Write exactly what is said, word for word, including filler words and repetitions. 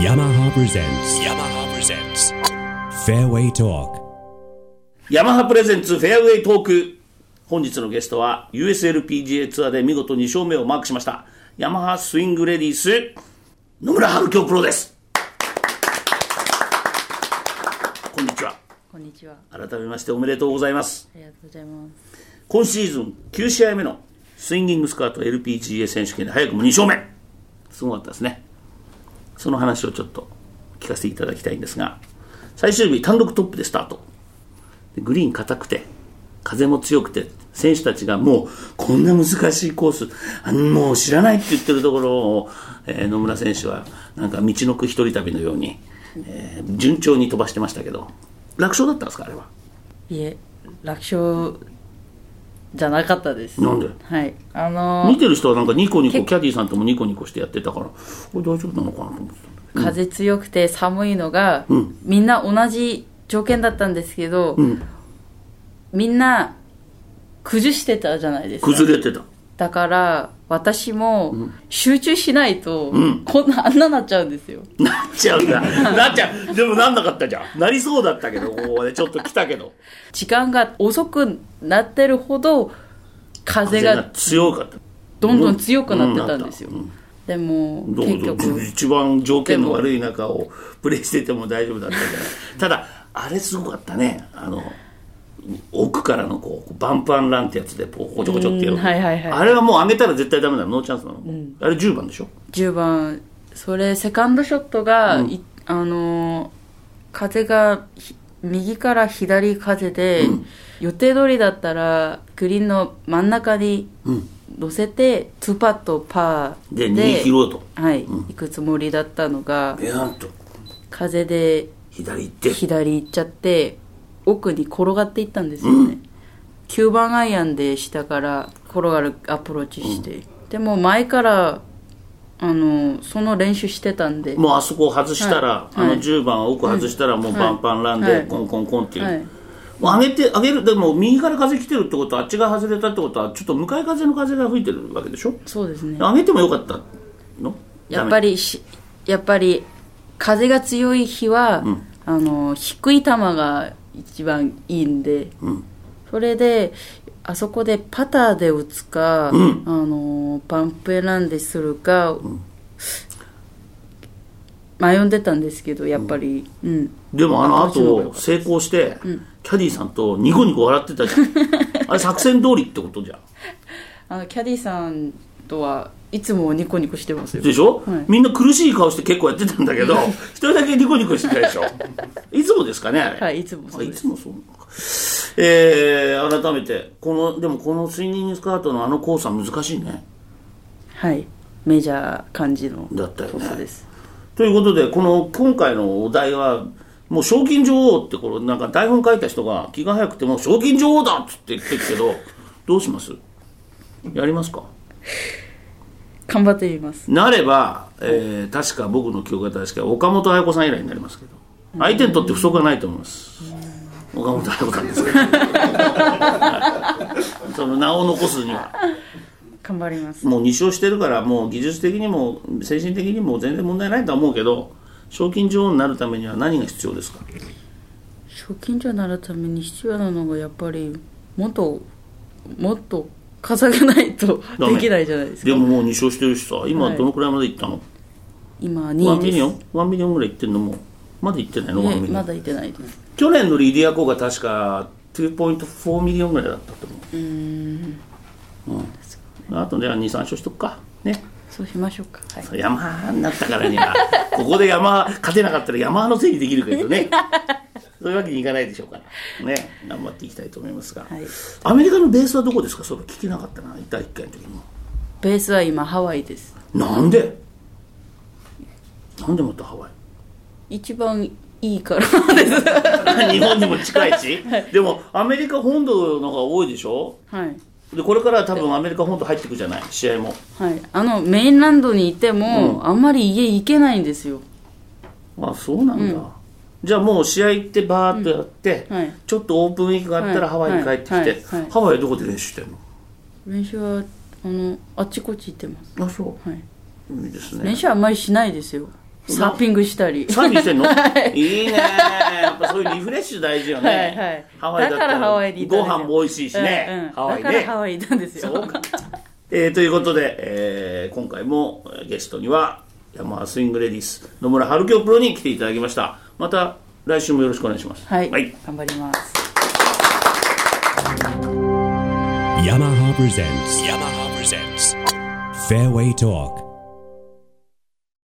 Yamaha presents Yamaha presents Fairway Talk ヤマハプレゼンツフェアウェイトーク。本日のゲストは ユーエスエルピージーエー ツアーで見事に勝目をマークしましたヤマハスイングレディース野村春京プロです。こんにちは。 こんにちは。 改めましておめでとうございます。 ありがとうございます。 今シーズンきゅう試合目のスインギングスカート エルピージーエー 選手権で早くもに勝目、すごかったですね。その話をちょっと聞かせていただきたいんですが、最終日単独トップでスタートで、グリーン硬くて風も強くて、選手たちがもうこんな難しいコースあのもう知らないって言ってるところを、えー、野村選手はなんか道のく一人旅のように、えー、順調に飛ばしてましたけど、楽勝だったんですかあれは。 いえ、楽勝じゃなかったです。 なんで？ はい、あのー、 見てる人はなんかニコニコ、キャディーさんともニコニコしてやってたから、これ大丈夫なのかなと思ってたんだけど、 風強くて寒いのが、 うん、 みんな同じ条件だったんですけど、うん、みんな崩してたじゃないですか。 崩れてた。 だから私も集中しないと、 うん、 こんなあんななっちゃうんですよ。 なっちゃうんだなっちゃう。でもなんなかったじゃん。なりそうだったけど、ここでちょっと来たけど、 時間が遅くなってるほど風が強かった。 どんどん強くなってたんですよ、うんうん、でも結局一番条件の悪い中をプレーしてても大丈夫だったじゃない。ただあれすごかったね。あの奥からのこうバンパンランってやつでこうこちょこちょってやる、 はいはいはい、 あれはもう上げたら絶対ダメなの、ノーチャンスなの、うん、あれじゅうばんでしょ。 じゅうばん、それセカンドショットが、うん、あの風が右から左風で、うん、予定通りだったらグリーンの真ん中に乗せて、うん、にパットパーででに拾うと、 はい、うん、行くつもりだったのがビャンと風で左行って左行っちゃって奥に転がっていったんですよね、うん、きゅうばんアイアンで下から転がるアプローチして、うん、でも前からあのその練習してたんで、もうあそこを外したら、はい、あのじゅうばん奥外したらもうバンパンランでコンコンコンっていう、はいはい、もう上げて上げる。でも右から風来てるってことはあっちが外れたってことはちょっと向かい風の風が吹いてるわけでしょ。 そうですね。 上げてもよかったの？ やっぱりしやっぱり風が強い日は、うん、あの低い球が一番いいんで、うん、それであそこでパターで打つか、うん、あのパンプランでするか、うん、迷んでたんですけど、やっぱり、うんうん、 でもあの後成功して、うん、キャディーさんとニコニコ笑ってたじゃんあれ作戦通りってことじゃん。 あのキャディーさんとはいつもニコニコしてますよ。 でしょ、はい、みんな苦しい顔して結構やってたんだけど一人だけニコニコしてたでしょいつもですかねあれ。 はい、いつもそうです。 いつもそうなのか。えー、改めてこのでもこのスインギングスカートのあのコースは難しいね。 はい、メジャー感じのだったよね。 です。 ということでこの今回のお題はもう賞金女王って、これなんか台本書いた人が気が早くても賞金女王だっつって言ってるけどどうします？やりますか？ 頑張ってみます。 なれば、えー、確か僕の記憶が確か岡本彩子さん以来になりますけど、相手にとって不足はないと思います。岡本彩子さんですけどその名を残すには頑張ります。 もうに勝してるから、もう技術的にも精神的にも全然問題ないと思うけど、賞金女王になるためには何が必要ですか？ 賞金女王になるために必要なのがやっぱりもっともっと稼げないとできないじゃないですか。 でももうに勝してるしさ、今どのくらいまでいったの？はい、 今にいです。ワンミリオンワンミリオンぐらいいってんの？もまだいってないの？ワンミリオンまだいってないです。 去年のリディアコが確か にてんよん ミリオンぐらいだったと思う。うーん、うん、あとではにさん勝しとくかね。 そうしましょうか。はい、 ヤマハになったからにはここでヤマハ勝てなかったらヤマハのせいにできるけどねそういうわけにいかないでしょうからね。頑張っていきたいと思いますが、はい、アメリカのベースはどこですか？それ聞けなかったな、だいいっかいの時にも。 ベースは今ハワイです。 なんでなんでまたハワイ？一番いいからです日本にも近いし、はい、でもアメリカ本土の方が多いでしょ。はい。でこれからは多分アメリカ本土入ってくじゃない、試合も。 はい。あのメインランドにいても、うん、あんまり家行けないんですよ。 あ、そうなんだ、うん、じゃあもう試合行ってバーッとやって、うん、はい、ちょっとオープンウィークがあったらハワイに帰ってきて、はいはいはいはい、ハワイはどこで練習してるの？ 練習はあのあっちこっち行ってます。 あ、そう、 はい、 いいですね。 練習はあんまりしないですよ。 サーフィングしたり。 サーフィンしてんのいいね。やっぱそういうリフレッシュ大事よね。 はいはい。 ハワイだったらだからハワイに行ったんですよ。 ご飯も美味しいしね。 うんうん、 ハワイね。 だからハワイ行ったんですよ。 そうか。えー、ということで、えー、今回もゲストにはヤマハスイングレディス野村春京プロに来ていただきました。また来週もよろしくお願いします。 はい。はい、頑張ります。 Yamaha presents Yamaha presents Fairway Talk